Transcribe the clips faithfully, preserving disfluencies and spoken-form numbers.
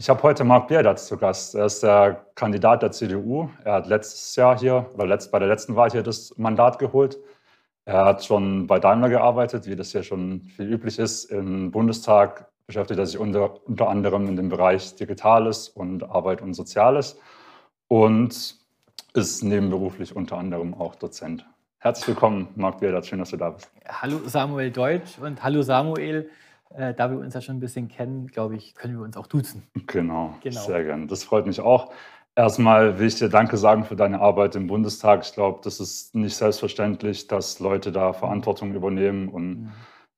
Ich habe heute Marc Bierdatz zu Gast. Er ist der Kandidat der C D U. Er hat letztes Jahr hier oder letzt, bei der letzten Wahl hier das Mandat geholt. Er hat schon bei Daimler gearbeitet, wie das hier schon viel üblich ist. Im Bundestag beschäftigt er sich unter, unter anderem in dem Bereich Digitales und Arbeit und Soziales und ist nebenberuflich unter anderem auch Dozent. Herzlich willkommen, Marc Bierdatz. Schön, dass du da bist. Hallo Samuel Deutsch und hallo Samuel. Äh, da wir uns ja schon ein bisschen kennen, glaube ich, können wir uns auch duzen. Genau, Genau. sehr gerne. Das freut mich auch. Erstmal will ich dir Danke sagen für deine Arbeit im Bundestag. Ich glaube, das ist nicht selbstverständlich, dass Leute da Verantwortung übernehmen und Mhm.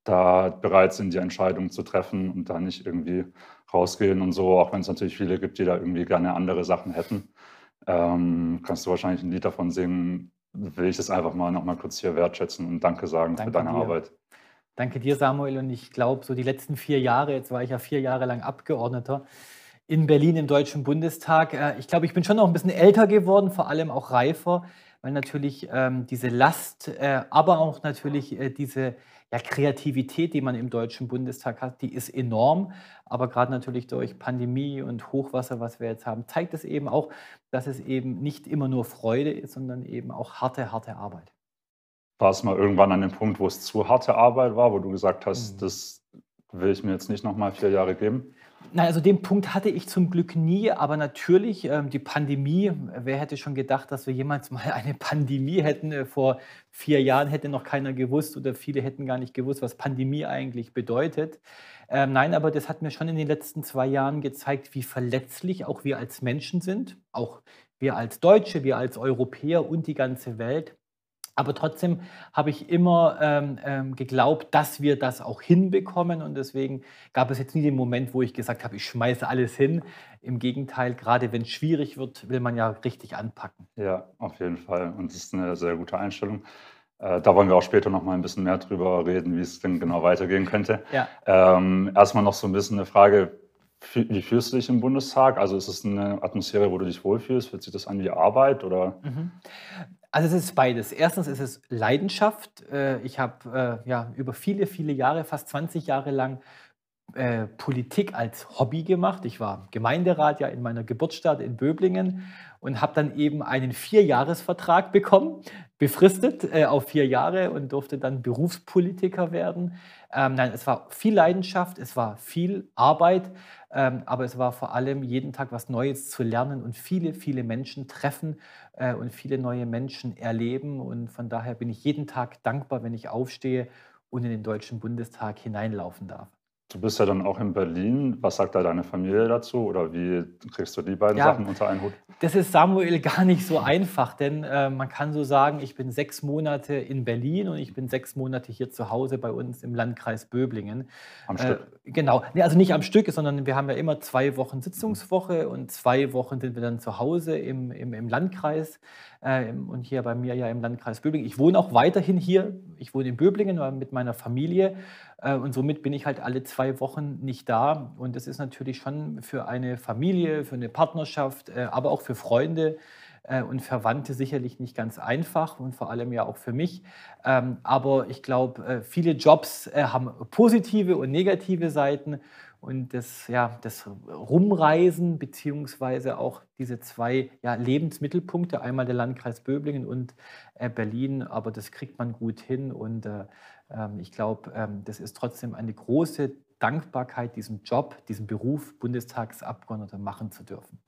da bereit sind, die Entscheidung zu treffen und da nicht irgendwie rausgehen und so, auch wenn es natürlich viele gibt, die da irgendwie gerne andere Sachen hätten. Ähm, kannst du wahrscheinlich ein Lied davon singen, will ich das einfach mal noch mal kurz hier wertschätzen und Danke sagen für Danke deine dir. Arbeit. Danke dir, Samuel. Und ich glaube, so die letzten vier Jahre, jetzt war ich ja vier Jahre lang Abgeordneter in Berlin im Deutschen Bundestag. äh, Ich glaube, ich bin schon noch ein bisschen älter geworden, vor allem auch reifer, weil natürlich ähm, diese Last, äh, aber auch natürlich äh, diese ja, Kreativität, die man im Deutschen Bundestag hat, die ist enorm. Aber gerade natürlich durch Pandemie und Hochwasser, was wir jetzt haben, zeigt es eben auch, dass es eben nicht immer nur Freude ist, sondern eben auch harte, harte Arbeit. War es mal irgendwann an dem Punkt, wo es zu harte Arbeit war, wo du gesagt hast: Mhm. „Das will ich mir jetzt nicht noch mal vier Jahre geben?“ Na, also den Punkt hatte ich zum Glück nie, aber natürlich, ähm, die Pandemie, wer hätte schon gedacht, dass wir jemals mal eine Pandemie hätten? Äh, vor vier Jahren hätte noch keiner gewusst oder viele hätten gar nicht gewusst, was Pandemie eigentlich bedeutet. Ähm, nein, aber das hat mir schon in den letzten zwei Jahren gezeigt, wie verletzlich auch wir als Menschen sind, auch wir als Deutsche, wir als Europäer und die ganze Welt. Aber trotzdem habe ich immer, ähm, ähm, geglaubt, dass wir das auch hinbekommen und deswegen gab es jetzt nie den Moment, wo ich gesagt habe: „Ich schmeiße alles hin.“ Im Gegenteil, gerade wenn es schwierig wird, will man ja richtig anpacken. Ja, auf jeden Fall und das ist eine sehr gute Einstellung. Äh, da wollen wir auch später noch mal 'n bisschen mehr drüber reden, wie es denn genau weitergehen könnte. Ja. Ähm, erst noch so ein bisschen eine Frage: Fü Wie fühlst du dich im Bundestag? Also, ist es eine Atmosphäre, wo du dich wohlfühlst? Fühlt sich das an wie Arbeit oder Mhm. Also, es ist beides. Erstens ist es Leidenschaft. Äh, ich habe, äh, ja, über viele, viele Jahre, fast zwanzig Jahre lang äh, Politik als Hobby gemacht. Ich war Gemeinderat ja in meiner Geburtsstadt in Böblingen und habe dann eben einen Vierjahresvertrag bekommen, befristet äh, auf vier Jahre und durfte dann Berufspolitiker werden. Ähm, nein, es war viel Leidenschaft, es war viel Arbeit, ähm, aber es war vor allem jeden Tag was Neues zu lernen und viele, viele Menschen treffen äh, und viele neue Menschen erleben. Und von daher bin ich jeden Tag dankbar, wenn ich aufstehe und in den Deutschen Bundestag hineinlaufen darf. du bist ja dann auch in Berlin. Was sagt da deine Familie dazu oder wie kriegst du die beiden Ja, Sachen unter einen Hut? das ist, Samuel, gar nicht so einfach, denn, äh, man kann so sagen, ich bin sechs Monate in Berlin und ich bin sechs Monate hier zu Hause bei uns im Landkreis Böblingen. Am Äh, Stück? genau. Ne, also nicht am Stück, sondern wir haben ja immer zwei Wochen Sitzungswoche und zwei Wochen sind wir dann zu Hause im im im Landkreis, äh, im und hier bei mir ja im Landkreis Böblingen. Ich wohne auch weiterhin hier. Ich wohne in Böblingen, äh, mit meiner Familie, äh, und somit bin ich halt alle zwei Wochen nicht da. Und das ist natürlich schon für eine Familie, für eine Partnerschaft, äh, aber auch für Freunde, äh, und Verwandte sicherlich nicht ganz einfach und vor allem ja auch für mich. Ähm, aber ich glaube, äh, viele Jobs, äh, haben positive und negative Seiten und das ja, das Rumreisen beziehungsweise auch diese zwei ja, Lebensmittelpunkte, einmal der Landkreis Böblingen und, äh, Berlin, aber das kriegt man gut hin und, äh, ähm, ich glaube, ähm, das ist trotzdem eine große Dankbarkeit, diesen Job, diesen Beruf Bundestagsabgeordneter machen zu dürfen.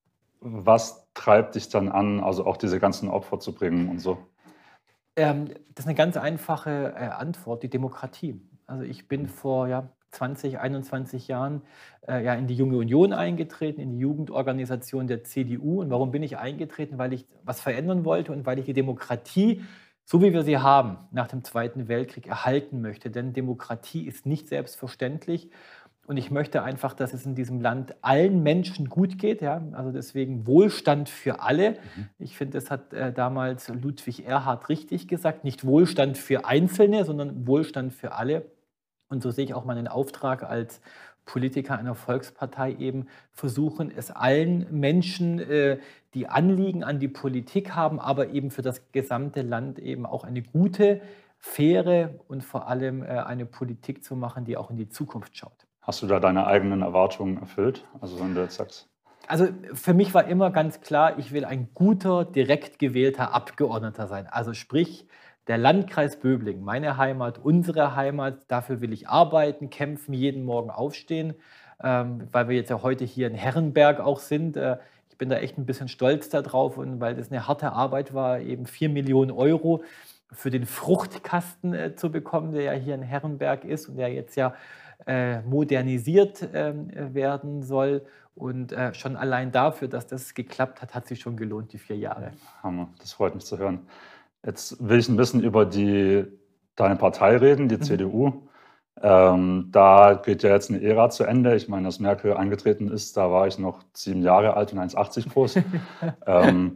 Was treibt dich dann an, also auch diese ganzen Opfer zu bringen und so? Ähm, das ist eine ganz einfache, äh, Antwort, die Demokratie. Also, ich bin Mhm. vor, ja, zwanzig, einundzwanzig Jahren, äh, ja, in die Junge Union eingetreten, in die Jugendorganisation der C D U. Und warum bin ich eingetreten? Weil ich was verändern wollte und weil ich die Demokratie, so wie wir sie haben, nach dem Zweiten Weltkrieg erhalten möchte. Denn Demokratie ist nicht selbstverständlich und ich möchte einfach, dass es in diesem Land allen Menschen gut geht, ja? Also, deswegen Wohlstand für alle. Mhm. Ich finde, das hat, äh, damals Ludwig Erhard richtig gesagt, nicht Wohlstand für Einzelne, sondern Wohlstand für alle. Und so sehe ich auch meinen Auftrag als Politiker einer Volkspartei eben, versuchen, es allen Menschen, äh, die Anliegen an die Politik haben, aber eben für das gesamte Land eben auch eine gute, faire und vor allem, äh, eine Politik zu machen, die auch in die Zukunft schaut. Hast du da deine eigenen Erwartungen erfüllt? Also wenn du jetzt sagst, Also für mich war immer ganz klar, ich will ein guter, direkt gewählter Abgeordneter sein. Also sprich, der Landkreis Böblingen, meine Heimat, unsere Heimat, dafür will ich arbeiten, kämpfen, jeden Morgen aufstehen, ähm, weil wir jetzt ja heute hier in Herrenberg auch sind. Äh, ich bin da echt ein bisschen stolz darauf, und weil das eine harte Arbeit war, eben vier Millionen Euro für den Fruchtkasten äh, zu bekommen, der ja hier in Herrenberg ist und der jetzt ja äh, modernisiert ähm, werden soll. Und äh, schon allein dafür, dass das geklappt hat, hat sich schon gelohnt, die vier Jahre. Hammer, das freut mich zu hören. Jetzt will ich ein bisschen über die, deine Partei reden, die Mhm. C D U. Ähm, da geht ja jetzt eine Ära zu Ende. Ich meine, als Merkel eingetreten ist, da war ich noch sieben Jahre alt und eins Komma achtzig groß. ähm,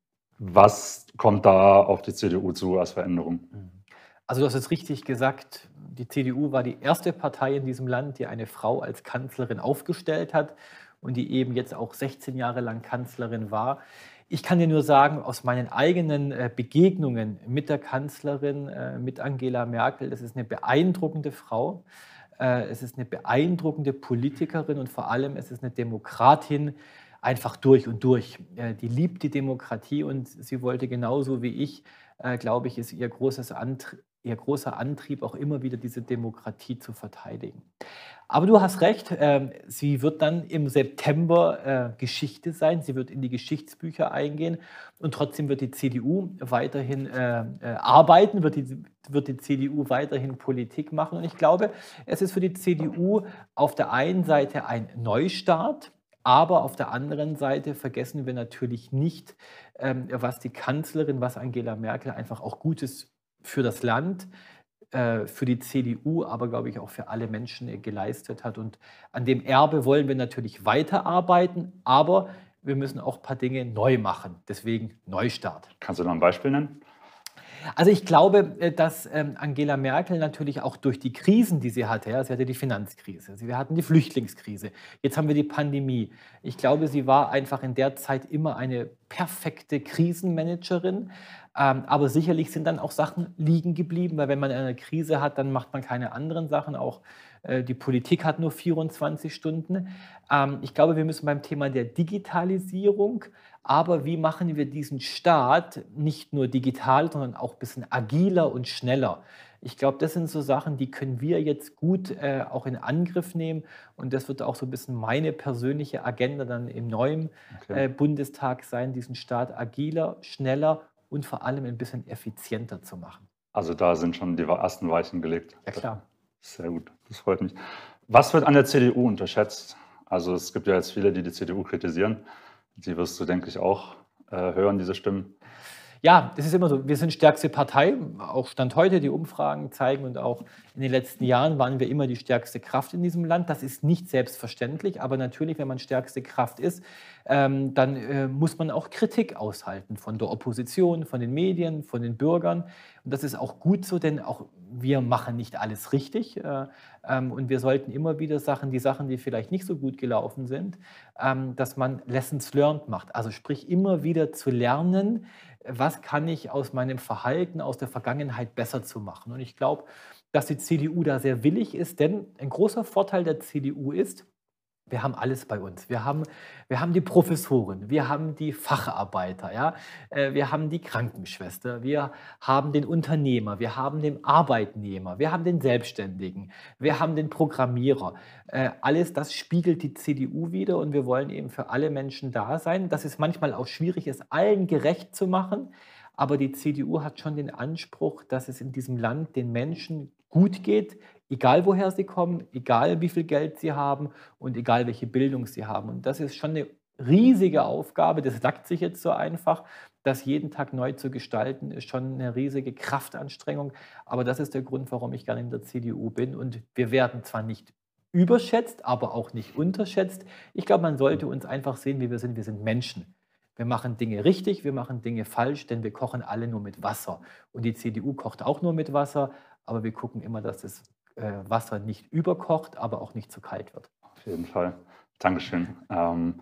was kommt da auf die C D U zu als Veränderung? Also du hast es richtig gesagt, die C D U war die erste Partei in diesem Land, die eine Frau als Kanzlerin aufgestellt hat und die eben jetzt auch sechzehn Jahre lang Kanzlerin war. Ich kann dir nur sagen, aus meinen eigenen äh, Begegnungen mit der Kanzlerin, äh, mit Angela Merkel, das ist eine beeindruckende Frau. Äh, es ist eine beeindruckende Politikerin und vor allem es ist eine Demokratin, einfach durch und durch. Äh, die liebt die Demokratie und sie wollte genauso wie ich, äh, glaube ich, ist ihr, großes Antrie ihr großer Antrieb auch immer wieder diese Demokratie zu verteidigen. Aber du hast recht, ähm, sie wird dann im September äh, Geschichte sein, sie wird in die Geschichtsbücher eingehen und trotzdem wird die C D U weiterhin äh, äh, arbeiten, wird die, wird die C D U weiterhin Politik machen. Und ich glaube, es ist für die C D U auf der einen Seite ein Neustart, aber auf der anderen Seite vergessen wir natürlich nicht, ähm, was die Kanzlerin, was Angela Merkel einfach auch Gutes für das Land, äh, für die C D U, aber glaube ich auch für alle Menschen äh, geleistet hat. Und an dem Erbe wollen wir natürlich weiterarbeiten, aber wir müssen auch ein paar Dinge neu machen. Deswegen Neustart. Kannst du noch ein Beispiel nennen? Also ich glaube, äh, dass ähm, Angela Merkel natürlich auch durch die Krisen, die sie hatte, ja, sie hatte die Finanzkrise, wir hatten die Flüchtlingskrise, jetzt haben wir die Pandemie. Ich glaube, sie war einfach in der Zeit immer eine perfekte Krisenmanagerin. Ähm, aber sicherlich sind dann auch Sachen liegen geblieben, weil wenn man eine Krise hat, dann macht man keine anderen Sachen. Auch äh, die Politik hat nur vierundzwanzig Stunden. Ähm, ich glaube, wir müssen beim Thema der Digitalisierung, aber wie machen wir diesen Staat nicht nur digital, sondern auch ein bisschen agiler und schneller? Ich glaube, das sind so Sachen, die können wir jetzt gut äh, auch in Angriff nehmen. Und das wird auch so ein bisschen meine persönliche Agenda dann im neuen Okay. äh, Bundestag sein, diesen Staat agiler, schneller und vor allem ein bisschen effizienter zu machen. Also da sind schon die ersten Weichen gelegt. Ja, klar. Sehr gut, das freut mich. Was wird an der C D U unterschätzt? Also es gibt ja jetzt viele, die die C D U kritisieren. Die wirst du, denke ich, auch äh, hören, diese Stimmen. Ja, das ist immer so. Wir sind stärkste Partei, auch Stand heute, die Umfragen zeigen, und auch in den letzten Jahren waren wir immer die stärkste Kraft in diesem Land. Das ist nicht selbstverständlich, aber natürlich, wenn man stärkste Kraft ist, ähm, dann äh, muss man auch Kritik aushalten von der Opposition, von den Medien, von den Bürgern. Und das ist auch gut so, denn auch wir machen nicht alles richtig. Äh, ähm, und wir sollten immer wieder Sachen, die Sachen, die vielleicht nicht so gut gelaufen sind, ähm, dass man Lessons learned macht. Also sprich, immer wieder zu lernen, was kann ich aus meinem Verhalten aus der Vergangenheit besser zu machen. Und ich glaube, dass die C D U da sehr willig ist, denn ein großer Vorteil der C D U ist, wir haben alles bei uns. Wir haben, wir haben die Professoren, wir haben die Facharbeiter, ja? äh, wir haben die Krankenschwester, wir haben den Unternehmer, wir haben den Arbeitnehmer, wir haben den Selbstständigen, wir haben den Programmierer. Äh, alles das spiegelt die C D U wider und wir wollen eben für alle Menschen da sein. Dass es manchmal auch schwierig ist, allen gerecht zu machen, aber die C D U hat schon den Anspruch, dass es in diesem Land den Menschen gut geht, egal woher sie kommen, egal wie viel Geld sie haben und egal welche Bildung sie haben. Und das ist schon eine riesige Aufgabe, das sagt sich jetzt so einfach, das jeden Tag neu zu gestalten, ist schon eine riesige Kraftanstrengung. Aber das ist der Grund, warum ich gerne in der C D U bin. Und wir werden zwar nicht überschätzt, aber auch nicht unterschätzt. Ich glaube, man sollte uns einfach sehen, wie wir sind. Wir sind Menschen. Wir machen Dinge richtig, wir machen Dinge falsch, denn wir kochen alle nur mit Wasser. Und die C D U kocht auch nur mit Wasser, aber wir gucken immer, dass das äh, Wasser nicht überkocht, aber auch nicht zu kalt wird. Auf jeden Fall. Dankeschön. Ähm,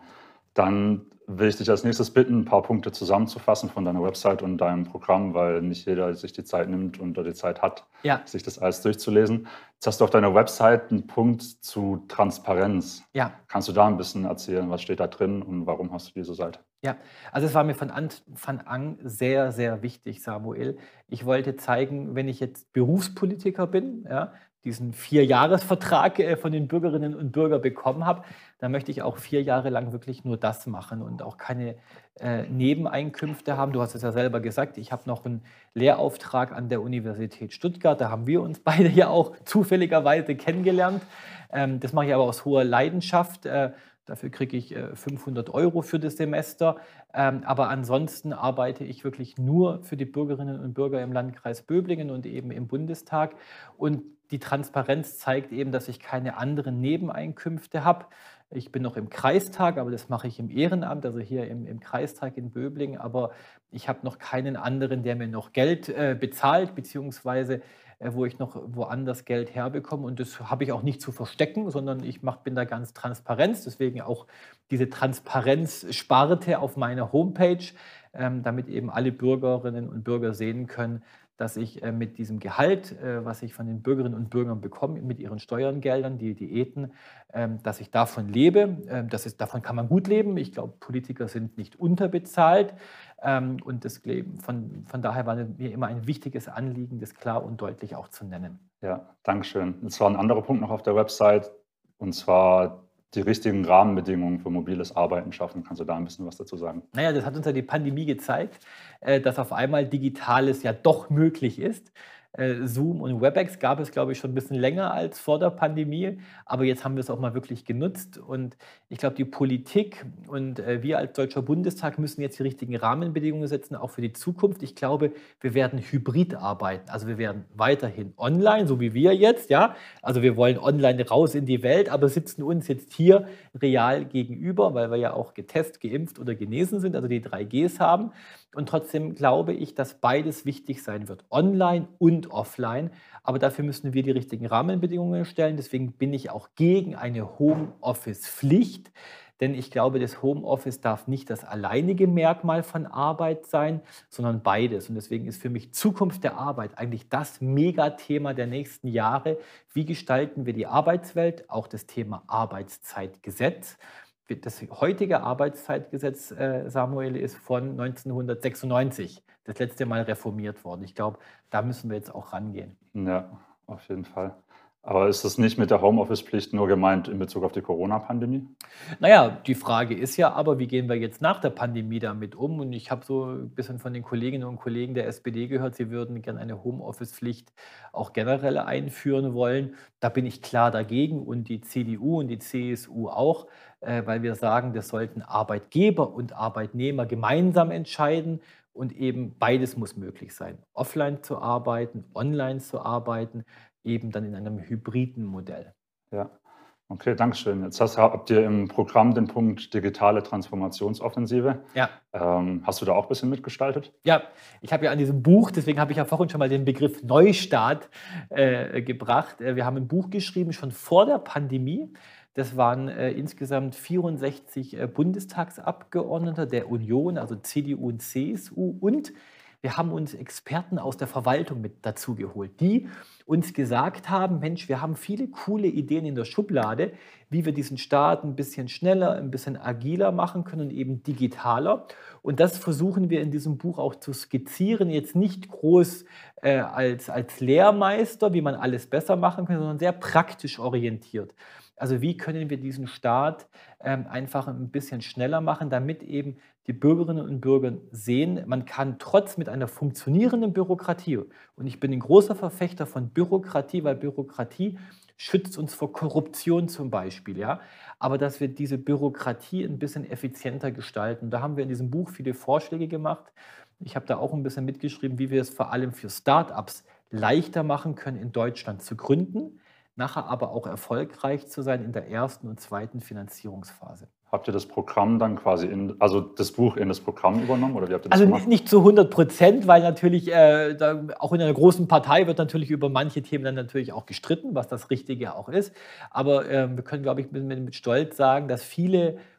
Dann will ich dich als nächstes bitten, ein paar Punkte zusammenzufassen von deiner Website und deinem Programm, weil nicht jeder sich die Zeit nimmt und die Zeit hat, Ja, sich das alles durchzulesen. Jetzt hast du auf deiner Website einen Punkt zu Transparenz. ja. Kannst du da ein bisschen erzählen, was steht da drin und warum hast du diese Seite? Ja, also es war mir von Anfang an sehr, sehr wichtig, Samuel. Ich wollte zeigen, wenn ich jetzt Berufspolitiker bin, ja, diesen Vierjahresvertrag äh, von den Bürgerinnen und Bürgern bekommen habe, dann möchte ich auch vier Jahre lang wirklich nur das machen und auch keine äh, Nebeneinkünfte haben. Du hast es ja selber gesagt, ich habe noch einen Lehrauftrag an der Universität Stuttgart. Da haben wir uns beide ja auch zufälligerweise kennengelernt. Ähm, das mache ich aber aus hoher Leidenschaft. Äh, Dafür kriege ich äh, fünfhundert Euro für das Semester. Ähm, aber ansonsten arbeite ich wirklich nur für die Bürgerinnen und Bürger im Landkreis Böblingen und eben im Bundestag. Und die Transparenz zeigt eben, dass ich keine anderen Nebeneinkünfte habe. Ich bin noch im Kreistag, aber das mache ich im Ehrenamt, also hier im, im Kreistag in Böblingen. Aber ich habe noch keinen anderen, der mir noch Geld äh, bezahlt, beziehungsweise äh, wo ich noch woanders Geld herbekomme. Und das habe ich auch nicht zu verstecken, sondern ich mach, bin da ganz transparent. Deswegen auch diese Transparenzsparte auf meiner Homepage, ähm, damit eben alle Bürgerinnen und Bürger sehen können, dass ich äh, mit diesem Gehalt, äh, was ich von den Bürgerinnen und Bürgern bekomme, mit ihren Steuergeldern, die Diäten, ähm, dass ich davon lebe. Ähm, das ist, davon kann man gut leben. Ich glaube, Politiker sind nicht unterbezahlt. Ähm, und das, von, von daher war mir immer ein wichtiges Anliegen, das klar und deutlich auch zu nennen. Ja, Dankeschön. Jetzt war ein anderer Punkt noch auf der Website, und zwar die richtigen Rahmenbedingungen für mobiles Arbeiten schaffen. Kannst du da ein bisschen was dazu sagen? Naja, das hat uns ja die Pandemie gezeigt, äh, dass auf einmal Digitales ja doch möglich ist. Äh, Zoom und Webex gab es, glaube ich, schon ein bisschen länger als vor der Pandemie, aber jetzt haben wir es auch mal wirklich genutzt. Und ich glaube, die Politik und äh, wir als Deutscher Bundestag müssen jetzt die richtigen Rahmenbedingungen setzen, auch für die Zukunft. Ich glaube, wir werden hybrid arbeiten. Also wir werden weiterhin online, so wie wir jetzt, ja. Also wir wollen online raus in die Welt, aber sitzen uns jetzt hier real gegenüber, weil wir ja auch getestet, geimpft oder genesen sind, also die drei Gs haben. Und trotzdem glaube ich, dass beides wichtig sein wird, online und offline. Aber dafür müssen wir die richtigen Rahmenbedingungen stellen. Deswegen bin ich auch gegen eine Homeoffice-Pflicht. Denn ich glaube, das Homeoffice darf nicht das alleinige Merkmal von Arbeit sein, sondern beides. Und deswegen ist für mich Zukunft der Arbeit eigentlich das Megathema der nächsten Jahre. Wie gestalten wir die Arbeitswelt? Auch das Thema Arbeitszeitgesetz. Das heutige Arbeitszeitgesetz, äh, Samuel, ist von neunzehnhundertsechsundneunzig, das letzte Mal reformiert worden. Ich glaube, da müssen wir jetzt auch rangehen. Ja, auf jeden Fall. Aber ist das nicht mit der Homeoffice-Pflicht nur gemeint in Bezug auf die Corona-Pandemie? Naja, die Frage ist ja aber, wie gehen wir jetzt nach der Pandemie damit um? Und ich habe so ein bisschen von den Kolleginnen und Kollegen der S P D gehört, sie würden gerne eine Homeoffice-Pflicht auch generell einführen wollen. Da bin ich klar dagegen und die C D U und die C S U auch, äh, weil wir sagen, das sollten Arbeitgeber und Arbeitnehmer gemeinsam entscheiden. Und eben beides muss möglich sein. Offline zu arbeiten, online zu arbeiten, eben dann in einem hybriden Modell. Ja, okay, Dankeschön. Jetzt hast, habt ihr im Programm den Punkt digitale Transformationsoffensive. Ja. Ähm, hast du da auch ein bisschen mitgestaltet? Ja, ich habe ja an diesem Buch, deswegen habe ich ja vorhin schon mal den Begriff Neustart äh, gebracht. Äh, Wir haben ein Buch geschrieben, schon vor der Pandemie. Das waren äh, insgesamt vierundsechzig äh, Bundestagsabgeordnete der Union, also C D U und C S U. Und wir haben uns Experten aus der Verwaltung mit dazu geholt, die uns gesagt haben, Mensch, wir haben viele coole Ideen in der Schublade, wie wir diesen Staat ein bisschen schneller, ein bisschen agiler machen können und eben digitaler. Und das versuchen wir in diesem Buch auch zu skizzieren, jetzt nicht groß äh, als, als Lehrmeister, wie man alles besser machen kann, sondern sehr praktisch orientiert. Also wie können wir diesen Staat ähm, einfach ein bisschen schneller machen, damit eben die Bürgerinnen und Bürger sehen, man kann trotz mit einer funktionierenden Bürokratie, und ich bin ein großer Verfechter von Bürokratie, weil Bürokratie schützt uns vor Korruption zum Beispiel, ja, aber dass wir diese Bürokratie ein bisschen effizienter gestalten. Da haben wir in diesem Buch viele Vorschläge gemacht. Ich habe da auch ein bisschen mitgeschrieben, wie wir es vor allem für Start-ups leichter machen können, in Deutschland zu gründen, nachher aber auch erfolgreich zu sein in der ersten und zweiten Finanzierungsphase. Habt ihr das Programm dann quasi in, also das Buch in das Programm übernommen oder wie habt ihr das Also gemacht? nicht, nicht zu hundert Prozent, weil natürlich äh, da, auch in einer großen Partei wird natürlich über manche Themen dann natürlich auch gestritten, was das Richtige auch ist. Aber äh, wir können, glaube ich, mit, mit Stolz sagen, dass viele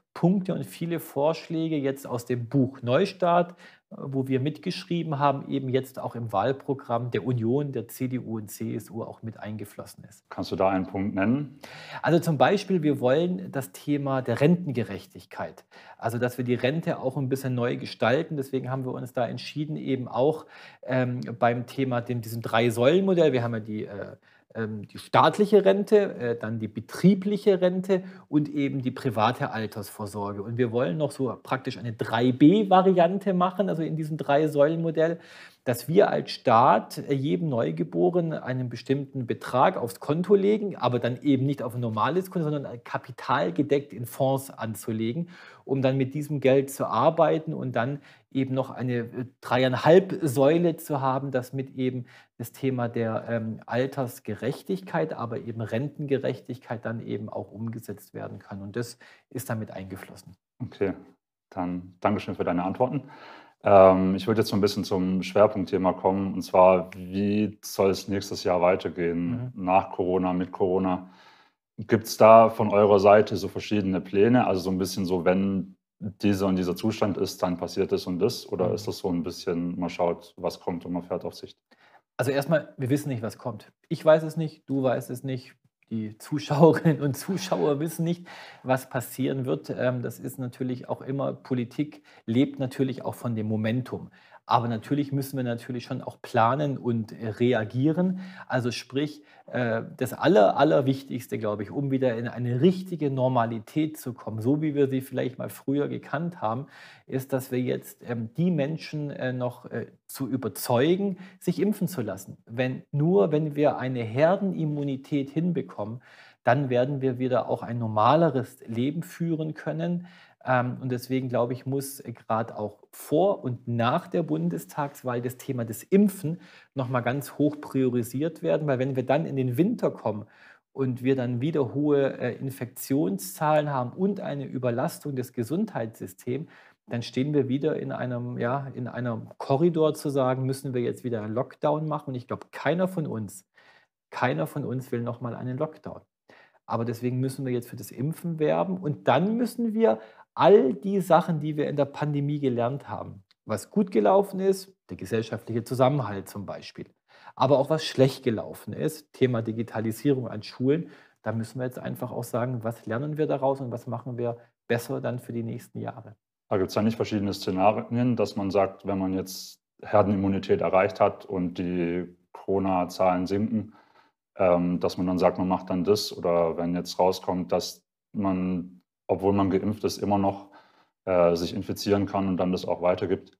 Punkte und viele Vorschläge jetzt aus dem Buch Neustart, äh, wo wir mitgeschrieben haben, eben jetzt auch im Wahlprogramm der Union, der C D U und C S U auch mit eingeflossen ist. Kannst du da einen Punkt nennen? Also zum Beispiel, wir wollen das Thema der Rentengerechtigkeit, also dass wir die Rente auch ein bisschen neu gestalten. Deswegen haben wir uns da entschieden, eben auch ähm, beim Thema, dem, diesem Drei-Säulen-Modell, wir haben ja die, äh, ähm, die staatliche Rente, äh, dann die betriebliche Rente und eben die private Altersvorsorge. Und wir wollen noch so praktisch eine drei B-Variante machen, also in diesem Drei-Säulen-Modell, dass wir als Staat äh, jedem Neugeborenen einen bestimmten Betrag aufs Konto legen, aber dann eben nicht auf ein normales Konto, sondern kapitalgedeckt in Fonds anzulegen, um dann mit diesem Geld zu arbeiten und dann eben noch eine äh, dreieinhalb Säule zu haben, dass mit eben das Thema der ähm, Altersgerechtigkeit, aber eben Rentengerechtigkeit dann eben auch umgesetzt werden kann. Und das ist damit eingeflossen. Okay, dann Dankeschön für deine Antworten. Ähm, ich würde jetzt so ein bisschen zum Schwerpunktthema kommen, und zwar, wie soll es nächstes Jahr weitergehen, Mhm. nach Corona, mit Corona? Gibt es da von eurer Seite so verschiedene Pläne? Also so ein bisschen so, wenn dieser und dieser Zustand ist, dann passiert das und das? Oder ist Mhm. das so ein bisschen, man schaut, was kommt und man fährt auf Sicht? Also erstmal, wir wissen nicht, was kommt. Ich weiß es nicht, du weißt es nicht, die Zuschauerinnen und Zuschauer wissen nicht, was passieren wird. Ähm, das ist natürlich auch immer, Politik lebt natürlich auch von dem Momentum. Aber natürlich müssen wir natürlich schon auch planen und äh, reagieren. Also sprich, äh, das Aller, Allerwichtigste, glaube ich, um wieder in eine richtige Normalität zu kommen, so wie wir sie vielleicht mal früher gekannt haben, ist, dass wir jetzt ähm, die Menschen äh, noch äh, zu überzeugen, sich impfen zu lassen. Wenn, nur wenn wir eine Herdenimmunität hinbekommen, dann werden wir wieder auch ein normaleres Leben führen können. Ähm, und deswegen glaube ich, muss äh, gerade auch vor und nach der Bundestagswahl das Thema des Impfen nochmal ganz hoch priorisiert werden, weil wenn wir dann in den Winter kommen und wir dann wieder hohe äh, Infektionszahlen haben und eine Überlastung des Gesundheitssystems, dann stehen wir wieder in einem, ja, in einem Korridor zu sagen, müssen wir jetzt wieder einen Lockdown machen. Und ich glaube, keiner von uns, keiner von uns will nochmal einen Lockdown. Aber deswegen müssen wir jetzt für das Impfen werben und dann müssen wir all die Sachen, die wir in der Pandemie gelernt haben, was gut gelaufen ist, der gesellschaftliche Zusammenhalt zum Beispiel, aber auch was schlecht gelaufen ist, Thema Digitalisierung an Schulen, da müssen wir jetzt einfach auch sagen, was lernen wir daraus und was machen wir besser dann für die nächsten Jahre. Da gibt es ja nicht verschiedene Szenarien, dass man sagt, wenn man jetzt Herdenimmunität erreicht hat und die Corona-Zahlen sinken, ähm, dass man dann sagt, man macht dann das, oder wenn jetzt rauskommt, dass man, obwohl man geimpft ist, immer noch äh, sich infizieren kann und dann das auch weitergibt.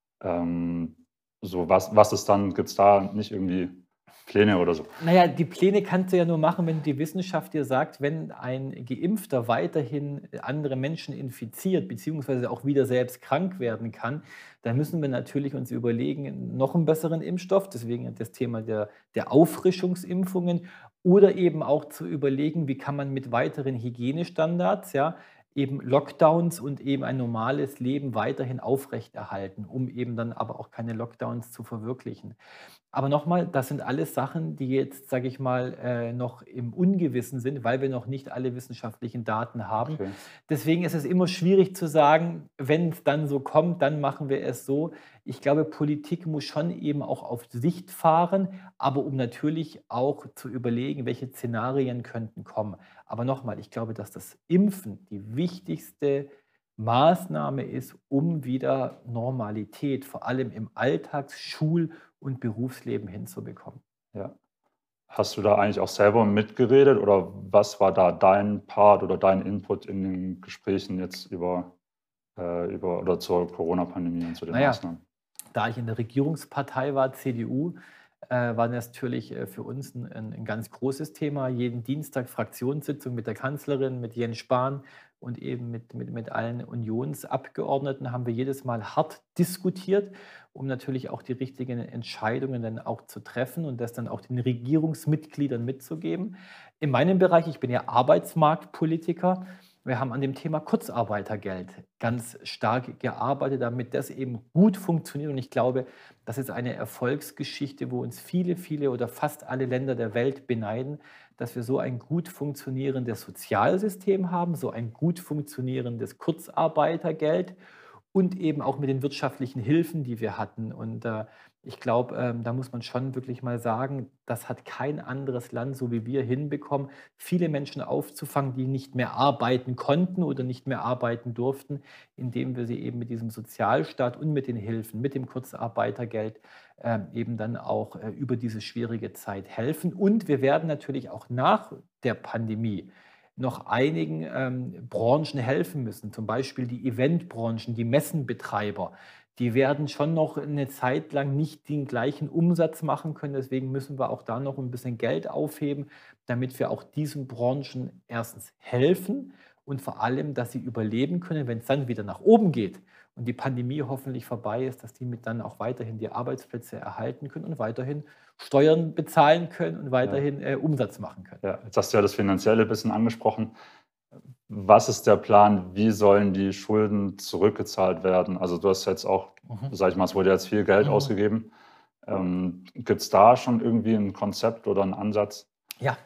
Ähm, so was, was ist dann, gibt es da nicht irgendwie Pläne oder so? Na ja, die Pläne kannst du ja nur machen, wenn die Wissenschaft dir sagt, wenn ein Geimpfter weiterhin andere Menschen infiziert, beziehungsweise auch wieder selbst krank werden kann, dann müssen wir natürlich uns überlegen, noch einen besseren Impfstoff, deswegen das Thema der der Auffrischungsimpfungen oder eben auch zu überlegen, wie kann man mit weiteren Hygienestandards, ja, eben Lockdowns und eben ein normales Leben weiterhin aufrechterhalten, um eben dann aber auch keine Lockdowns zu verwirklichen. Aber nochmal, das sind alles Sachen, die jetzt, sage ich mal, äh, noch im Ungewissen sind, weil wir noch nicht alle wissenschaftlichen Daten haben. Okay. Deswegen ist es immer schwierig zu sagen, wenn es dann so kommt, dann machen wir es so. Ich glaube, Politik muss schon eben auch auf Sicht fahren, aber um natürlich auch zu überlegen, welche Szenarien könnten kommen. Aber nochmal, ich glaube, dass das Impfen die wichtigste Maßnahme ist, um wieder Normalität, vor allem im Alltags-, Schul- und Berufsleben hinzubekommen. Ja. Hast du da eigentlich auch selber mitgeredet, oder was war da dein Part oder dein Input in den Gesprächen jetzt über, äh, über oder zur Corona-Pandemie und zu den Na ja, Maßnahmen? da ich in der Regierungspartei war, C D U, äh, war das natürlich äh, für uns ein, ein, ein ganz großes Thema. Jeden Dienstag Fraktionssitzung mit der Kanzlerin, mit Jens Spahn und eben mit, mit, mit allen Unionsabgeordneten haben wir jedes Mal hart diskutiert, um natürlich auch die richtigen Entscheidungen dann auch zu treffen und das dann auch den Regierungsmitgliedern mitzugeben. In meinem Bereich, ich bin ja Arbeitsmarktpolitiker, Wir haben an dem Thema Kurzarbeitergeld ganz stark gearbeitet, damit das eben gut funktioniert. Und ich glaube, das ist eine Erfolgsgeschichte, wo uns viele, viele oder fast alle Länder der Welt beneiden, dass wir so ein gut funktionierendes Sozialsystem haben, so ein gut funktionierendes Kurzarbeitergeld und eben auch mit den wirtschaftlichen Hilfen, die wir hatten. Und äh, ich glaube, ähm, da muss man schon wirklich mal sagen, das hat kein anderes Land, so wie wir, hinbekommen, viele Menschen aufzufangen, die nicht mehr arbeiten konnten oder nicht mehr arbeiten durften, indem wir sie eben mit diesem Sozialstaat und mit den Hilfen, mit dem Kurzarbeitergeld ähm, eben dann auch äh, über diese schwierige Zeit helfen. Und wir werden natürlich auch nach der Pandemie noch einigen ähm, Branchen helfen müssen, zum Beispiel die Eventbranchen, die Messenbetreiber. Die werden schon noch eine Zeit lang nicht den gleichen Umsatz machen können. Deswegen müssen wir auch da noch ein bisschen Geld aufheben, damit wir auch diesen Branchen erstens helfen und vor allem, dass sie überleben können, wenn es dann wieder nach oben geht und die Pandemie hoffentlich vorbei ist, dass die mit dann auch weiterhin die Arbeitsplätze erhalten können und weiterhin Steuern bezahlen können und Ja. weiterhin äh, Umsatz machen können. Ja, jetzt hast du ja das Finanzielle ein bisschen angesprochen. Was ist der Plan? Wie sollen die Schulden zurückgezahlt werden? Also du hast jetzt auch, Mhm. sag ich mal, es wurde jetzt viel Geld Mhm. ausgegeben. Ähm, Gibt es da schon irgendwie ein Konzept oder einen Ansatz? Ja,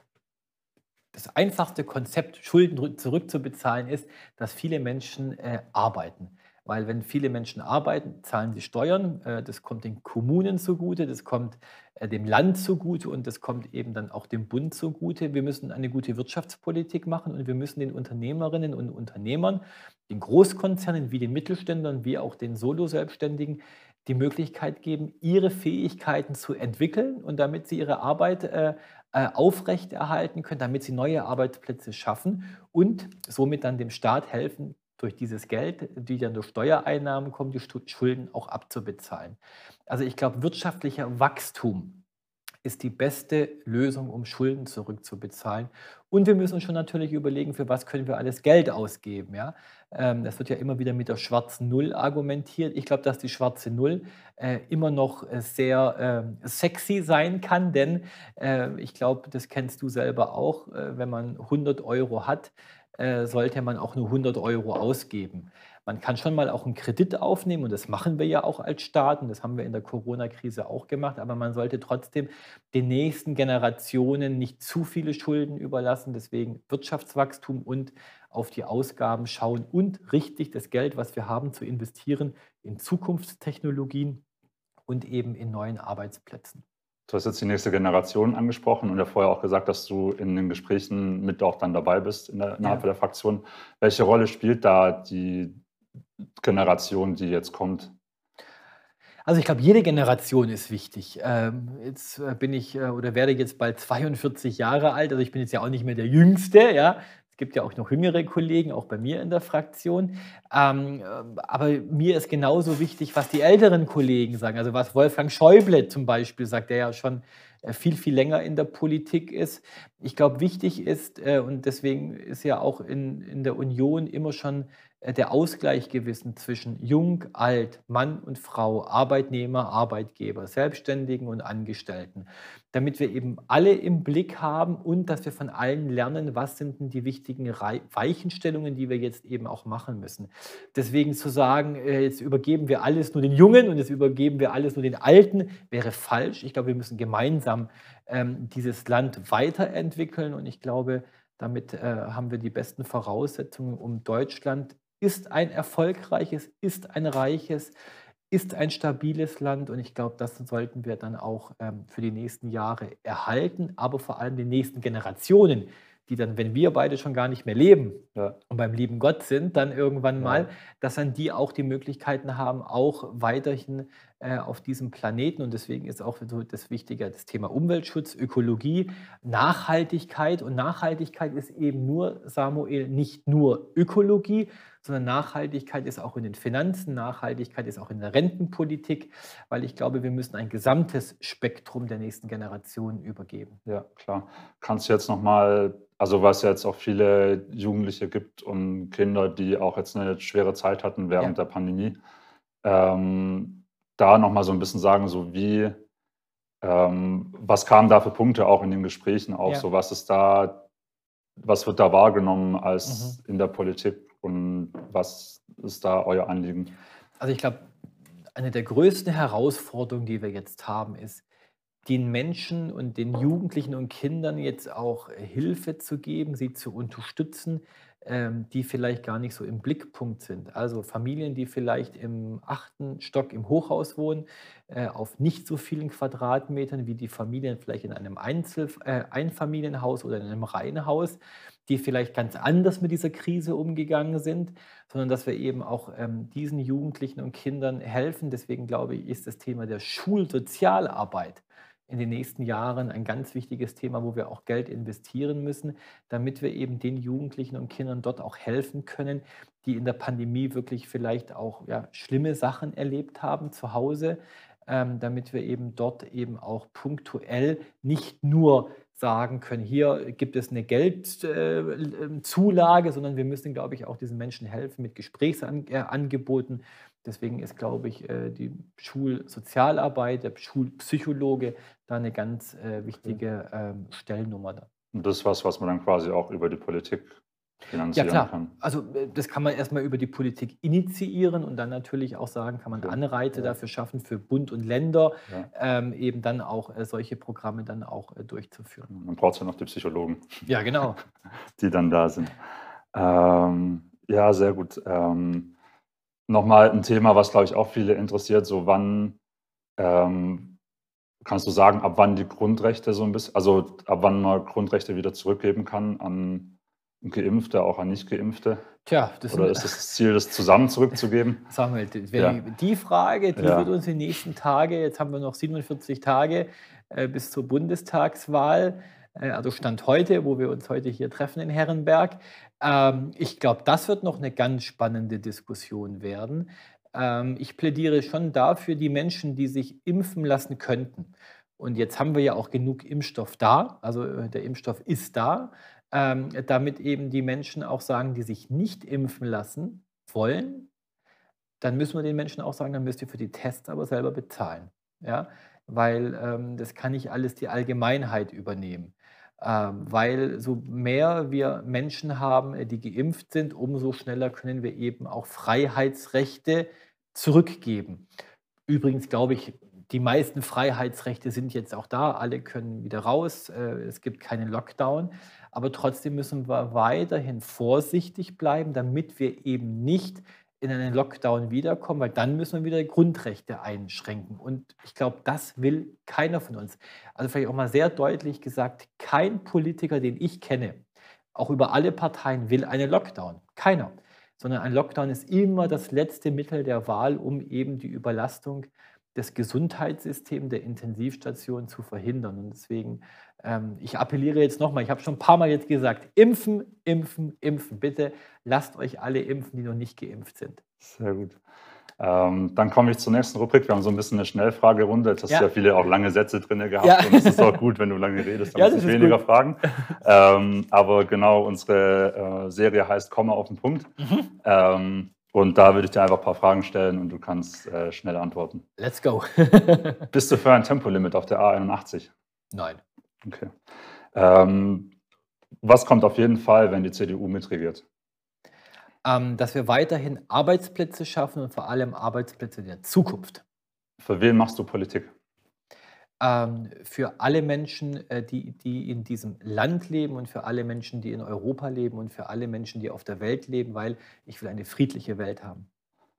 das einfachste Konzept, Schulden rü- zurückzubezahlen, ist, dass viele Menschen äh, arbeiten. Weil wenn viele Menschen arbeiten, zahlen sie Steuern. Äh, das kommt den Kommunen zugute, das kommt äh, dem Land zugute und das kommt eben dann auch dem Bund zugute. Wir müssen eine gute Wirtschaftspolitik machen und wir müssen den Unternehmerinnen und Unternehmern, den Großkonzernen wie den Mittelständlern, wie auch den Solo-Selbstständigen die Möglichkeit geben, ihre Fähigkeiten zu entwickeln und damit sie ihre Arbeit äh, äh, aufrechterhalten können, damit sie neue Arbeitsplätze schaffen und somit dann dem Staat helfen, durch dieses Geld, die dann durch Steuereinnahmen kommen, die Stu- Schulden auch abzubezahlen. Also ich glaube, wirtschaftlicher Wachstum ist die beste Lösung, um Schulden zurückzubezahlen. Und wir müssen uns schon natürlich überlegen, für was können wir alles Geld ausgeben. Ja? Ähm, das wird ja immer wieder mit der schwarzen Null argumentiert. Ich glaube, dass die schwarze Null äh, immer noch äh, sehr ähm, sexy sein kann, denn äh, ich glaube, das kennst du selber auch, äh, wenn man hundert Euro hat, äh, sollte man auch nur hundert Euro ausgeben. Man kann schon mal auch einen Kredit aufnehmen und das machen wir ja auch als Staat und das haben wir in der Corona-Krise auch gemacht, aber man sollte trotzdem den nächsten Generationen nicht zu viele Schulden überlassen. Deswegen Wirtschaftswachstum und auf die Ausgaben schauen und richtig das Geld, was wir haben, zu investieren in Zukunftstechnologien und eben in neuen Arbeitsplätzen. Du hast jetzt die nächste Generation angesprochen und ja vorher auch gesagt, dass du in den Gesprächen mit auch dann dabei bist in der, innerhalb Ja. der Fraktion. Welche Rolle spielt da die Generation, die jetzt kommt? Also ich glaube, jede Generation ist wichtig. Ähm, jetzt äh, bin ich äh, oder werde jetzt bald zweiundvierzig Jahre alt, also ich bin jetzt ja auch nicht mehr der Jüngste, ja. Es gibt ja auch noch jüngere Kollegen, auch bei mir in der Fraktion. Ähm, äh, aber mir ist genauso wichtig, was die älteren Kollegen sagen. Also was Wolfgang Schäuble zum Beispiel sagt, der ja schon äh, viel, viel länger in der Politik ist. Ich glaube, wichtig ist, äh, und deswegen ist ja auch in, in der Union immer schon äh, der Ausgleich gewesen zwischen Jung, Alt, Mann und Frau, Arbeitnehmer, Arbeitgeber, Selbstständigen und Angestellten, damit wir eben alle im Blick haben und dass wir von allen lernen, was sind denn die wichtigen Rei- Weichenstellungen, die wir jetzt eben auch machen müssen. Deswegen zu sagen, äh, jetzt übergeben wir alles nur den Jungen und jetzt übergeben wir alles nur den Alten, wäre falsch. Ich glaube, wir müssen gemeinsam ähm, dieses Land weiterentwickeln und ich glaube, damit äh, haben wir die besten Voraussetzungen, um Deutschland ist ein erfolgreiches, ist ein reiches, ist ein stabiles Land und ich glaube, das sollten wir dann auch ähm, für die nächsten Jahre erhalten, aber vor allem die nächsten Generationen, die dann, wenn wir beide schon gar nicht mehr leben Ja, und beim lieben Gott sind, dann irgendwann mal, ja. dass dann die auch die Möglichkeiten haben, auch weiterhin äh, auf diesem Planeten und deswegen ist auch so das Wichtige, das Thema Umweltschutz, Ökologie, Nachhaltigkeit und Nachhaltigkeit ist eben nur, Samuel, nicht nur Ökologie, sondern Nachhaltigkeit ist auch in den Finanzen, Nachhaltigkeit ist auch in der Rentenpolitik, weil ich glaube, wir müssen ein gesamtes Spektrum der nächsten Generationen übergeben. Ja, klar. Kannst du jetzt noch mal, also was ja jetzt auch viele Jugendliche gibt und Kinder, die auch jetzt eine schwere Zeit hatten Ja. während der Pandemie, ähm, da noch mal so ein bisschen sagen, so wie, ähm, was kamen da für Punkte auch in den Gesprächen auf? Ja. So was ist da was wird da wahrgenommen als Mhm. in der Politik und was ist da euer Anliegen? Also ich glaube, eine der größten Herausforderungen, die wir jetzt haben, ist, den Menschen und den Jugendlichen und Kindern jetzt auch äh, Hilfe zu geben, sie zu unterstützen, ähm, die vielleicht gar nicht so im Blickpunkt sind. Also Familien, die vielleicht im achten Stock im Hochhaus wohnen, äh, auf nicht so vielen Quadratmetern wie die Familien vielleicht in einem Einzel äh, Einfamilienhaus oder in einem Reihenhaus, die vielleicht ganz anders mit dieser Krise umgegangen sind, sondern dass wir eben auch ähm, diesen Jugendlichen und Kindern helfen. Deswegen glaube ich, ist das Thema der Schulsozialarbeit in den nächsten Jahren ein ganz wichtiges Thema, wo wir auch Geld investieren müssen, damit wir eben den Jugendlichen und Kindern dort auch helfen können, die in der Pandemie wirklich vielleicht auch ja, schlimme Sachen erlebt haben zu Hause, ähm, damit wir eben dort eben auch punktuell nicht nur sagen können, hier gibt es eine Geldzulage, sondern wir müssen, glaube ich, auch diesen Menschen helfen mit Gesprächsangeboten. Deswegen ist, glaube ich, äh, die Schulsozialarbeit, der Schulpsychologe da eine ganz äh, Okay. wichtige ähm, Stellnummer da. Und das ist was, was man dann quasi auch über die Politik Ja finanzieren klar, kann. also äh, das kann man erstmal über die Politik initiieren und dann natürlich auch sagen, kann man Okay. Anreize Ja, dafür schaffen für Bund und Länder, ja. ähm, eben dann auch äh, solche Programme dann auch äh, durchzuführen. Man braucht ja noch die Psychologen, Ja, genau. die dann da sind. Ähm, ja, sehr gut. Ähm, nochmal ein Thema, was, glaube ich, auch viele interessiert, so wann ähm, kannst du sagen, ab wann die Grundrechte so ein bisschen, also ab wann man Grundrechte wieder zurückgeben kann an Geimpfte, auch an Nicht-Geimpfte? Tja, das Oder sind, ist es das Ziel, das zusammen zurückzugeben? Samuel, d- Ja, wenn die Frage, die wird ja, uns in den nächsten Tage, jetzt haben wir noch siebenundvierzig Tage äh, bis zur Bundestagswahl, äh, also Stand heute, wo wir uns heute hier treffen in Herrenberg. Ähm, ich glaube, das wird noch eine ganz spannende Diskussion werden. Ähm, ich plädiere schon dafür, die Menschen, die sich impfen lassen könnten. Und jetzt haben wir ja auch genug Impfstoff da, also äh, der Impfstoff ist da, ähm, damit eben die Menschen auch sagen, die sich nicht impfen lassen wollen, dann müssen wir den Menschen auch sagen, dann müsst ihr für die Tests aber selber bezahlen. Ja? Weil ähm, das kann nicht alles die Allgemeinheit übernehmen. Ähm, weil so mehr wir Menschen haben, äh, die geimpft sind, umso schneller können wir eben auch Freiheitsrechte zurückgeben. Übrigens glaube ich, die meisten Freiheitsrechte sind jetzt auch da. Alle können wieder raus. äh, Es gibt keinen Lockdown. Aber trotzdem müssen wir weiterhin vorsichtig bleiben, damit wir eben nicht in einen Lockdown wiederkommen, weil dann müssen wir wieder Grundrechte einschränken. Und ich glaube, das will keiner von uns. Also vielleicht auch mal sehr deutlich gesagt, kein Politiker, den ich kenne, auch über alle Parteien, will einen Lockdown. Keiner. Sondern ein Lockdown ist immer das letzte Mittel der Wahl, um eben die Überlastung des Gesundheitssystems, der Intensivstation zu verhindern. Und deswegen, ähm, ich appelliere jetzt nochmal, ich habe schon ein paar Mal jetzt gesagt, impfen, impfen, impfen. Bitte lasst euch alle impfen, die noch nicht geimpft sind. sehr gut. Ähm, dann komme ich zur nächsten Rubrik. Wir haben so ein bisschen eine Schnellfragerunde. Jetzt hast du Ja, ja viele auch lange Sätze drin gehabt ja. und es ist auch gut, wenn du lange redest, dann Ja, muss das ich ist weniger gut. fragen. Ähm, aber genau, unsere äh, Serie heißt Komme auf den Punkt. Mhm. Ähm, und da würde ich dir einfach ein paar Fragen stellen und du kannst äh, schnell antworten. Let's go. Bist du für ein Tempolimit auf der A einundachtzig? Nein. Okay. Ähm, was kommt auf jeden Fall, wenn die C D U mitregiert? Ähm, dass wir weiterhin Arbeitsplätze schaffen und vor allem Arbeitsplätze der Zukunft. Für wen machst du Politik? Ähm, für alle Menschen, äh, die, die in diesem Land leben und für alle Menschen, die in Europa leben und für alle Menschen, die auf der Welt leben, weil ich will eine friedliche Welt haben.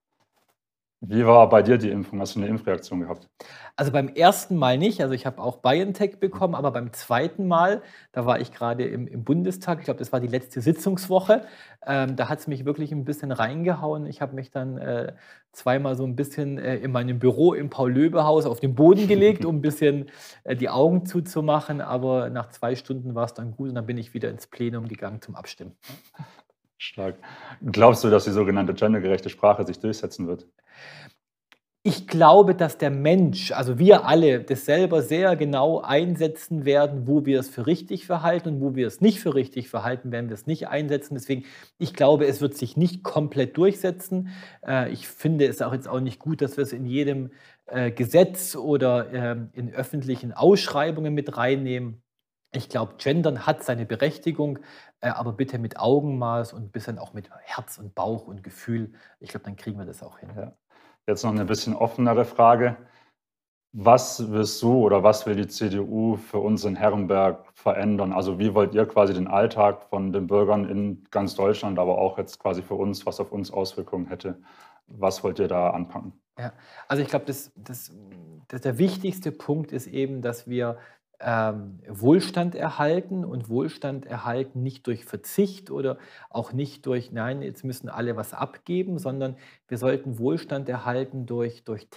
Wie war bei dir die Impfung? Hast du eine Impfreaktion gehabt? Also beim ersten Mal nicht, also ich habe auch BioNTech bekommen, aber beim zweiten Mal, da war ich gerade im, im Bundestag, ich glaube, das war die letzte Sitzungswoche, ähm, da hat es mich wirklich ein bisschen reingehauen. Ich habe mich dann äh, zweimal so ein bisschen äh, in meinem Büro im Paul-Löbe-Haus auf den Boden gelegt, um ein bisschen äh, die Augen zuzumachen, aber nach zwei Stunden war es dann gut und dann bin ich wieder ins Plenum gegangen zum Abstimmen. Stark. Glaubst du, dass die sogenannte gendergerechte Sprache sich durchsetzen wird? Ich glaube, dass der Mensch, also wir alle, das selber sehr genau einsetzen werden, wo wir es für richtig verhalten und wo wir es nicht für richtig verhalten, werden wir es nicht einsetzen. Deswegen, ich glaube, es wird sich nicht komplett durchsetzen. Äh, ich finde es auch jetzt auch nicht gut, dass wir es in jedem äh, Gesetz oder ähm, in öffentlichen Ausschreibungen mit reinnehmen. Ich glaube, Gendern hat seine Berechtigung, äh, aber bitte mit Augenmaß und ein bisschen auch mit Herz und Bauch und Gefühl. Ich glaube, dann kriegen wir das auch hin. Ja. Jetzt noch eine bisschen offenere Frage. Was willst du oder was will die C D U für uns in Herrenberg verändern? Also, wie wollt ihr quasi den Alltag von den Bürgern in ganz Deutschland, aber auch jetzt quasi für uns, was auf uns Auswirkungen hätte? Was wollt ihr da anpacken? Ja, also ich glaube, das das das der wichtigste Punkt ist eben, dass wir, ähm, Wohlstand erhalten und Wohlstand erhalten nicht durch Verzicht oder auch nicht durch: „Nein, jetzt müssen alle was abgeben“, sondern wir sollten Wohlstand erhalten durch durch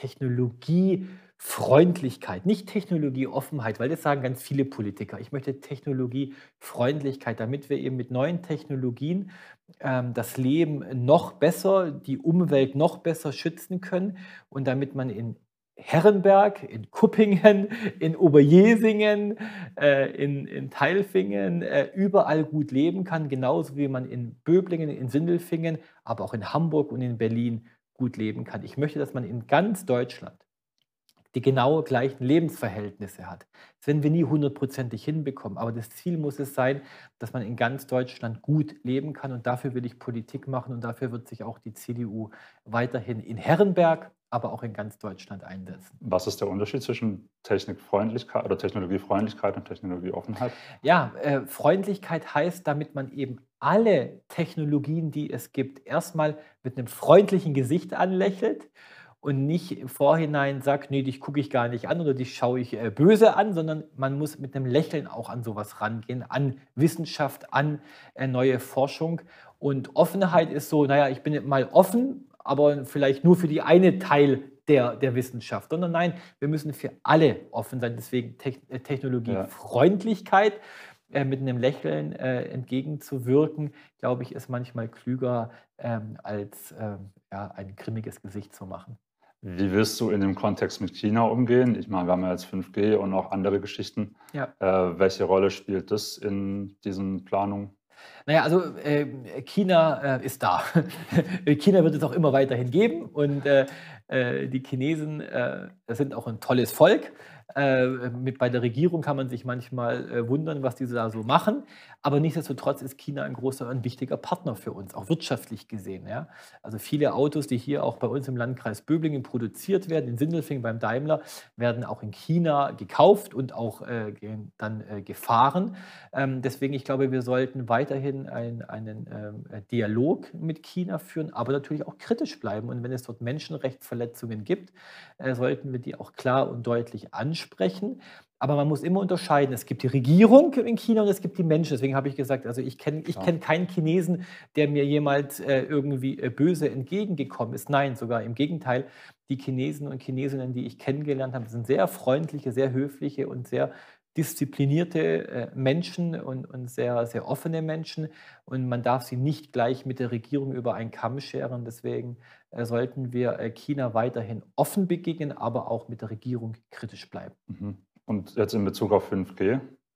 Technologiefreundlichkeit, nicht Technologieoffenheit, weil das sagen ganz viele Politiker. Ich möchte Technologiefreundlichkeit, damit wir eben mit neuen Technologien ähm, das Leben noch besser, die Umwelt noch besser schützen können und damit man in Herrenberg, in Kuppingen, in Oberjesingen, äh, in in Tailfingen, äh, überall gut leben kann, genauso wie man in Böblingen, in Sindelfingen, aber auch in Hamburg und in Berlin gut leben kann. Ich möchte, dass man in ganz Deutschland die genau gleichen Lebensverhältnisse hat. Das werden wir nie hundertprozentig hinbekommen, aber das Ziel muss es sein, dass man in ganz Deutschland gut leben kann und dafür will ich Politik machen und dafür wird sich auch die C D U weiterhin in Herrenberg, aber auch in ganz Deutschland einsetzen. Was ist der Unterschied zwischen Technikfreundlichkeit oder Technologiefreundlichkeit und Technologieoffenheit? Ja, äh, Freundlichkeit heißt, damit man eben alle Technologien, die es gibt, erstmal mit einem freundlichen Gesicht anlächelt und nicht im Vorhinein sagt: „Nee, dich gucke ich gar nicht an oder dich schaue ich, äh, böse an“, sondern man muss mit einem Lächeln auch an sowas rangehen, an Wissenschaft, an, äh, neue Forschung. Und Offenheit ist so: „Na ja, ich bin mal offen, aber vielleicht nur für die eine Teil der der Wissenschaft“, sondern nein, wir müssen für alle offen sein. Deswegen Tech äh, Ja. Technologiefreundlichkeit, äh, mit einem Lächeln, äh, entgegenzuwirken, glaube ich, ist manchmal klüger, ähm, als, ähm, ja, ein grimmiges Gesicht zu machen. Wie willst du in dem Kontext mit China umgehen? Ich meine, wir haben ja jetzt fünf G und auch andere Geschichten. Ja. Äh, welche Rolle spielt das in diesen Planungen? Na ja, also, ähm, China, äh, ist da. China wird es auch immer weiterhin geben und, äh, äh, die Chinesen, äh, sind auch ein tolles Volk. Äh, mit bei der Regierung kann man sich manchmal, äh, wundern, was diese da so machen, aber nichtsdestotrotz ist China ein großer ein wichtiger Partner für uns, auch wirtschaftlich gesehen, ja. Also, viele Autos, die hier auch bei uns im Landkreis Böblingen produziert werden, in Sindelfingen beim Daimler, werden auch in China gekauft und auch, äh, gen dann, äh, gefahren. Ähm, deswegen, ich glaube, wir sollten weiterhin ein, einen ähm, äh, Dialog mit China führen, aber natürlich auch kritisch bleiben. Und wenn es dort Menschenrechtsverletzungen gibt, äh, sollten wir die auch klar und deutlich ansprechen. Aber man muss immer unterscheiden. Es gibt die Regierung in China und es gibt die Menschen. Deswegen habe ich gesagt, also ich kenne ich Ja. kenn keinen Chinesen, der mir jemals äh, irgendwie äh, böse entgegengekommen ist. Nein, sogar im Gegenteil. Die Chinesen und Chinesinnen, die ich kennengelernt habe, sind sehr freundliche, sehr höfliche und sehr disziplinierte, äh, Menschen und und sehr, sehr offene Menschen und man darf sie nicht gleich mit der Regierung über einen Kamm scheren. Deswegen, äh, sollten wir, äh, China weiterhin offen begegnen, aber auch mit der Regierung kritisch bleiben. Mhm. Und jetzt in Bezug auf fünf G?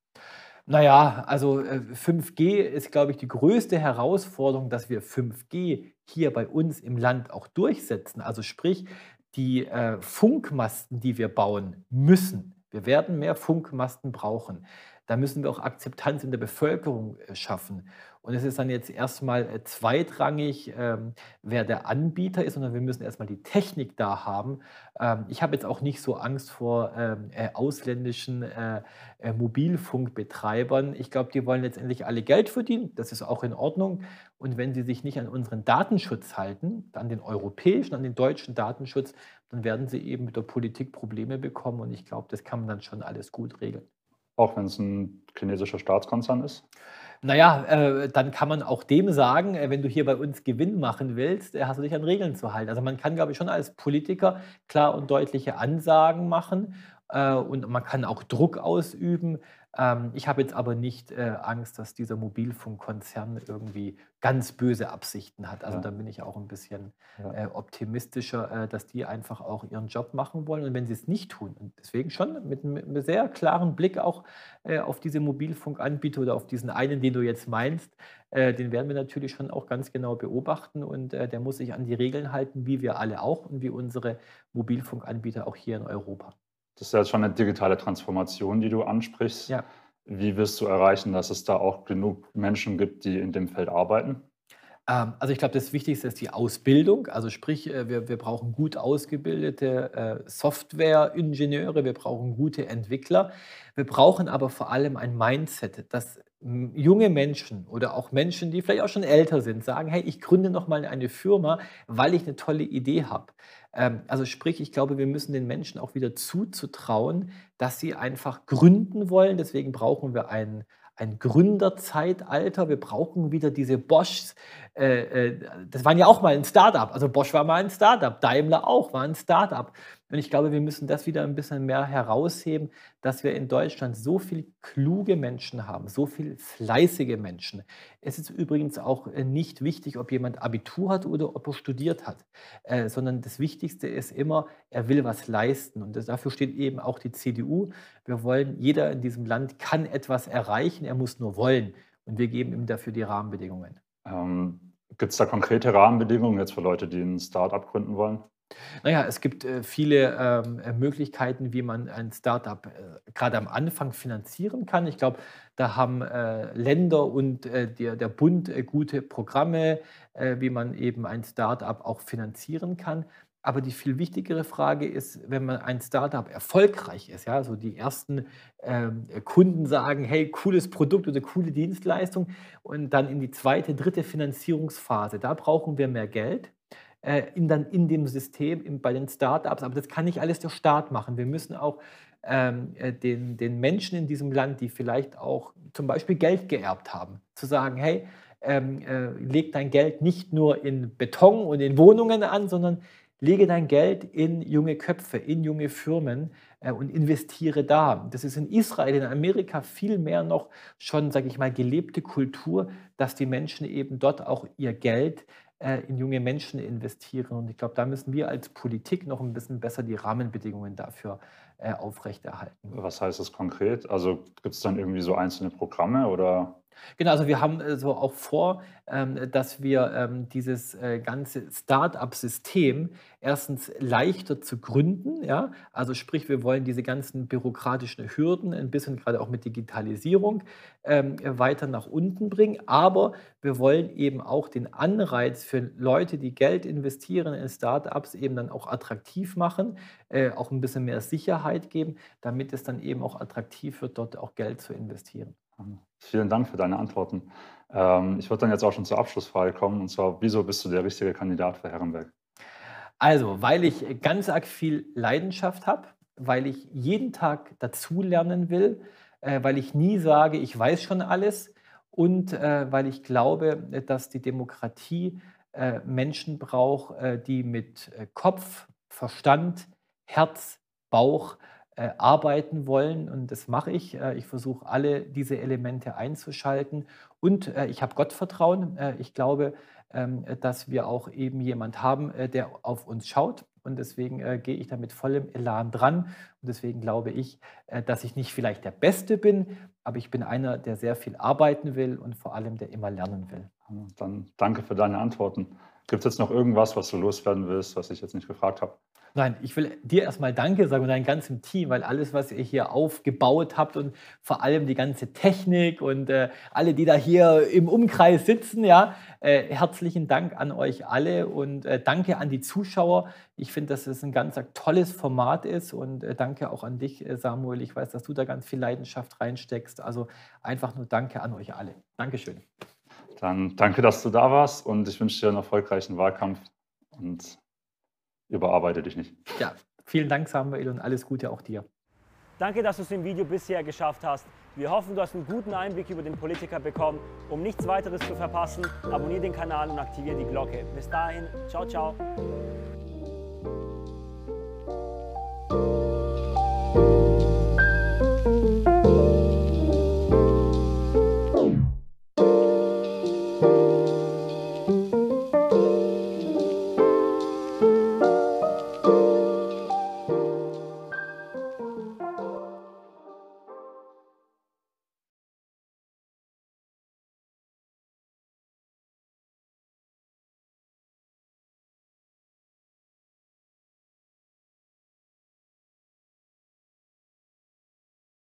Na ja, also, äh, fünf G ist, glaube ich, die größte Herausforderung, dass wir fünf G hier bei uns im Land auch durchsetzen. Also sprich, die, äh, Funkmasten, die wir bauen müssen wir werden mehr Funkmasten brauchen. Da müssen wir auch Akzeptanz in der Bevölkerung, äh, schaffen. Und es ist dann jetzt erstmal äh, zweitrangig, ähm, wer der Anbieter ist, sondern wir müssen erstmal die Technik da haben. Ähm, ich habe jetzt auch nicht so Angst vor, ähm, äh, ausländischen, äh, äh, Mobilfunkbetreibern. Ich glaube, die wollen letztendlich alle Geld verdienen. Das ist auch in Ordnung. Und wenn sie sich nicht an unseren Datenschutz halten, an den europäischen, an den deutschen Datenschutz, dann werden sie eben mit der Politik Probleme bekommen. Und ich glaube, das kann man dann schon alles gut regeln. Auch wenn es ein chinesischer Staatskonzern ist? Na ja, äh, dann kann man auch dem sagen, äh, wenn du hier bei uns Gewinn machen willst, äh, hast du dich an Regeln zu halten. Also man kann, glaube ich, schon als Politiker klar und deutliche Ansagen machen, äh, und man kann auch Druck ausüben. Ähm, ich habe jetzt aber nicht, äh, Angst, dass dieser Mobilfunkkonzern irgendwie ganz böse Absichten hat. Also Ja, da bin ich auch ein bisschen, ja. äh, optimistischer, äh, dass die einfach auch ihren Job machen wollen und wenn sie es nicht tun und deswegen schon mit 'm mit 'nem sehr klaren Blick auch äh, auf diese Mobilfunkanbieter oder auf diesen einen, den du jetzt meinst, äh, den werden wir natürlich schon auch ganz genau beobachten und, äh, der muss sich an die Regeln halten, wie wir alle auch und wie unsere Mobilfunkanbieter auch hier in Europa. Das ist ja jetzt schon eine digitale Transformation, die du ansprichst. Ja. Wie wirst du erreichen, dass es da auch genug Menschen gibt, die in dem Feld arbeiten? Ähm, also ich glaube, das Wichtigste ist die Ausbildung. Also sprich, äh, wir, wir brauchen gut ausgebildete äh, Softwareingenieure, wir brauchen gute Entwickler. Wir brauchen aber vor allem ein Mindset, dass m, junge Menschen oder auch Menschen, die vielleicht auch schon älter sind, sagen, hey, ich gründe noch mal eine Firma, weil ich eine tolle Idee habe. Ähm, also sprich, ich glaube, wir müssen den Menschen auch wieder zuzutrauen, dass sie einfach gründen wollen. Deswegen brauchen wir ein, ein Gründerzeitalter. Wir brauchen wieder diese Boschs, äh, äh, das waren ja auch mal ein Start-up. Also Bosch war mal ein Start-up, Daimler auch war ein Start-up. Und ich glaube, wir müssen das wieder ein bisschen mehr herausheben, dass wir in Deutschland so viel kluge Menschen haben, so viel fleißige Menschen. Es ist übrigens auch äh, nicht wichtig, ob jemand Abitur hat oder ob er studiert hat, äh, sondern das Wichtigste ist immer, er will was leisten. Und das, dafür steht eben auch die C D U. Wir wollen, jeder in diesem Land kann etwas erreichen, er muss nur wollen. Und wir geben ihm dafür die Rahmenbedingungen. Ähm, Gibt es da konkrete Rahmenbedingungen jetzt für Leute, die ein Start-up gründen wollen? Naja, es gibt äh, viele ähm, äh, Möglichkeiten, wie man ein Startup äh, gerade am Anfang finanzieren kann. Ich glaube, da haben äh, Länder und äh, der, der Bund äh, gute Programme, äh, wie man eben ein Startup auch finanzieren kann. Aber die viel wichtigere Frage ist, wenn man ein Startup erfolgreich ist, ja, so die ersten ähm, Kunden sagen, hey, cooles Produkt oder coole Dienstleistung und dann in die zweite, dritte Finanzierungsphase, da brauchen wir mehr Geld äh, in, dann in dem System, in, bei den Startups. Aber das kann nicht alles der Staat machen. Wir müssen auch ähm, äh, den, den Menschen in diesem Land, die vielleicht auch zum Beispiel Geld geerbt haben, zu sagen, hey, ähm, äh, leg dein Geld nicht nur in Beton und in Wohnungen an, sondern lege dein Geld in junge Köpfe, in junge Firmen äh, und investiere da. Das ist in Israel, in Amerika viel mehr noch schon, sage ich mal, gelebte Kultur, dass die Menschen eben dort auch ihr Geld äh, in junge Menschen investieren. Und ich glaube, da müssen wir als Politik noch ein bisschen besser die Rahmenbedingungen dafür äh, aufrechterhalten. Was heißt das konkret? Also gibt es dann irgendwie so einzelne Programme oder? Genau, also wir haben äh, so auch vor, ähm, dass wir ähm, dieses äh, ganze Start-up-System erstens leichter zu gründen, ja, also sprich, wir wollen diese ganzen bürokratischen Hürden ein bisschen gerade auch mit Digitalisierung ähm, weiter nach unten bringen, aber wir wollen eben auch den Anreiz für Leute, die Geld investieren in Start-ups, eben dann auch attraktiv machen, äh, auch ein bisschen mehr Sicherheit geben, damit es dann eben auch attraktiv wird, dort auch Geld zu investieren. Vielen Dank für deine Antworten. Ähm, ich würde dann jetzt auch schon zur Abschlussfrage kommen, und zwar, wieso bist du der richtige Kandidat für Herrenberg? Also, weil ich ganz arg viel Leidenschaft habe, weil ich jeden Tag dazulernen will, äh, weil ich nie sage, ich weiß schon alles und äh, weil ich glaube, äh, dass die Demokratie äh, Menschen braucht, äh, die mit äh, Kopf, Verstand, Herz, Bauch äh, arbeiten wollen. Und das mache ich. Äh, ich versuche alle diese Elemente einzuschalten. Und äh, ich habe Gottvertrauen. Äh, ich glaube, ähm, dass wir auch eben jemand haben, äh, der auf uns schaut. Und deswegen äh, gehe ich da mit vollem Elan dran. Und deswegen glaube ich, äh, dass ich nicht vielleicht der Beste bin, aber ich bin einer, der sehr viel arbeiten will und vor allem, der immer lernen will. Dann danke für deine Antworten. Gibt es jetzt noch irgendwas, was du loswerden willst, was ich jetzt nicht gefragt habe? Nein, ich will dir erstmal Danke sagen und deinem ganzen Team, weil alles, was ihr hier aufgebaut habt und vor allem die ganze Technik und äh, alle, die da hier im Umkreis sitzen, ja, äh, herzlichen Dank an euch alle und äh, danke an die Zuschauer. Ich finde, dass es ein ganz tolles Format ist und äh, danke auch an dich, äh, Samuel. Ich weiß, dass du da ganz viel Leidenschaft reinsteckst. Also einfach nur Danke an euch alle. Dankeschön. Dann danke, dass du da warst, und ich wünsche dir einen erfolgreichen Wahlkampf und überarbeite dich nicht. Ja, vielen Dank, Samuel, und alles Gute auch dir. Danke, dass du es im Video bisher geschafft hast. Wir hoffen, du hast einen guten Einblick über den Politiker bekommen. Um nichts weiteres zu verpassen, abonniere den Kanal und aktiviere die Glocke. Bis dahin, ciao, ciao.